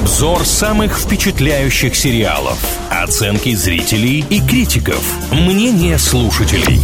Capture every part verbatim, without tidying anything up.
Обзор самых впечатляющих сериалов, оценки зрителей и критиков, мнение слушателей.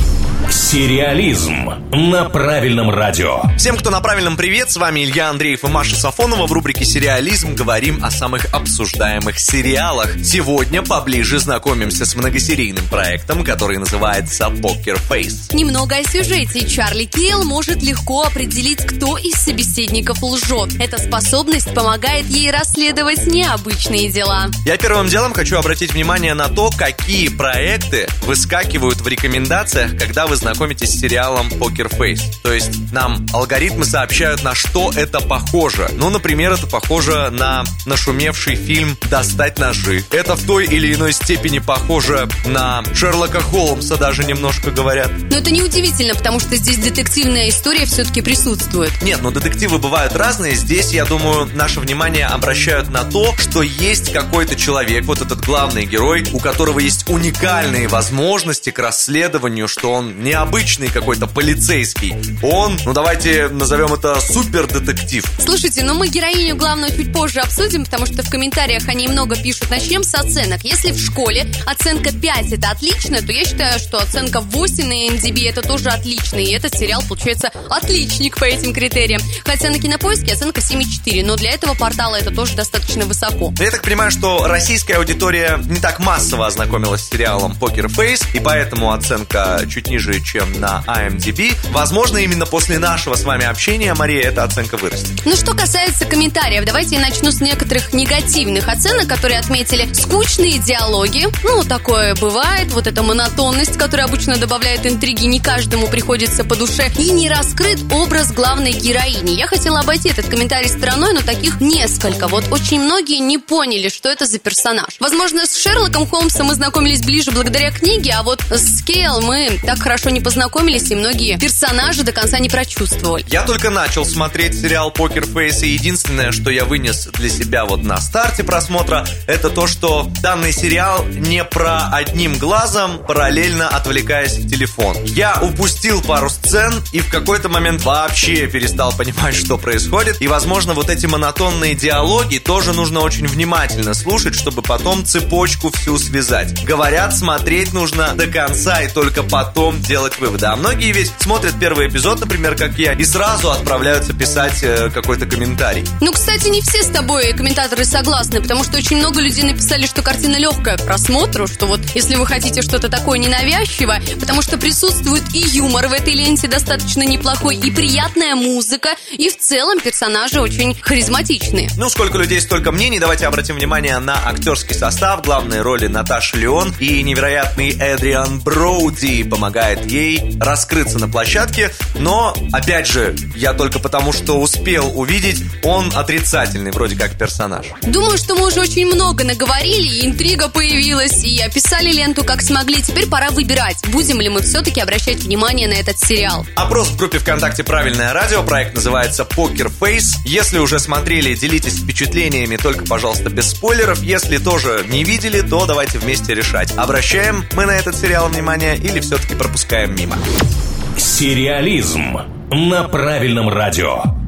Сериализм на правильном радио. Всем, кто на правильном, привет, с вами Илья Андреев и Маша Сафонова. В рубрике «Сериализм» говорим о самых обсуждаемых сериалах. Сегодня поближе знакомимся с многосерийным проектом, который называется «Покер Фейс». Немного о сюжете. Чарли Кейл может легко определить, кто из собеседников лжет. Эта способность помогает ей расследовать необычные дела. Я первым делом хочу обратить внимание на то, какие проекты выскакивают в рекомендациях, когда вы знакомитесь с сериалом Покер Фейс. То есть нам алгоритмы сообщают, на что это похоже. Ну, например, это похоже на нашумевший фильм «Достать ножи». Это в той или иной степени похоже на Шерлока Холмса, даже немножко говорят. Но это неудивительно, потому что здесь детективная история все-таки присутствует. Нет, но детективы бывают разные. Здесь, я думаю, наше внимание обращают на то, что есть какой-то человек, вот этот главный герой, у которого есть уникальные возможности к расследованию, что он необычный какой-то полицейский. Он, ну давайте назовем это супердетектив. Слушайте, ну мы героиню главную чуть позже обсудим, потому что в комментариях они много пишут. Начнем с оценок. Если в школе оценка пять это отлично, то я считаю, что оценка восемь на эм ди би это тоже отлично. И этот сериал получается отличник по этим критериям. Хотя на Кинопоиске оценка семь и четыре, но для этого портала это тоже достаточно высоко. Я так понимаю, что российская аудитория не так массово ознакомилась с сериалом Покер Фейс, и поэтому оценка чуть ниже, чем на ай эм ди би. Возможно, именно после нашего с вами общения, Мария, эта оценка вырастет. Ну, что касается комментариев, давайте я начну с некоторых негативных оценок, которые отметили скучные диалоги. Ну, такое бывает. Вот эта монотонность, которая обычно добавляет интриги, не каждому приходится по душе. И не раскрыт образ главной героини. Я хотела обойти этот комментарий стороной, но таких несколько. Вот очень многие не поняли, что это за персонаж. Возможно, с Шерлоком Холмсом мы знакомились ближе благодаря книге, а вот с Кейл мы так хорошо не познакомились, и многие персонажи до конца не прочувствовали. Я только начал смотреть сериал Покер Фейс, и единственное, что я вынес для себя вот на старте просмотра, это то, что данный сериал не про одним глазом, параллельно отвлекаясь в телефон. Я упустил пару сцен и в какой-то момент вообще перестал понимать, что происходит. И, возможно, вот эти монотонные диалоги тоже нужно очень внимательно слушать, чтобы потом цепочку всю связать. Говорят, смотреть нужно до конца и только потом делать выводы. А многие ведь смотрят первый эпизод, например, как я, и сразу отправляются писать э, какой-то комментарий. Ну, кстати, не все с тобой комментаторы согласны, потому что очень много людей написали, что картина легкая к просмотру, что вот если вы хотите что-то такое ненавязчивое, потому что присутствует и юмор в этой ленте достаточно неплохой, и приятная музыка, и в целом персонажи очень харизматичные. Ну, сколько людей, столько мнений. Давайте обратим внимание на актерский состав. Главные роли Наташа Леон и невероятный Эдриан Броуди помогает ей раскрыться на площадке, но, опять же, я только потому, что успел увидеть, он отрицательный вроде как персонаж. Думаю, что мы уже очень много наговорили, и интрига появилась, и описали ленту как смогли. Теперь пора выбирать, будем ли мы все-таки обращать внимание на этот сериал. Опрос в группе ВКонтакте «Правильное радио». Проект называется Покер Фейс. Если уже смотрели, делитесь впечатлениями, только, пожалуйста, без спойлеров. Если тоже не видели, то давайте вместе решать, обращаем мы на этот сериал внимание или все-таки пропускаем мимо. Сериализм на правильном радио.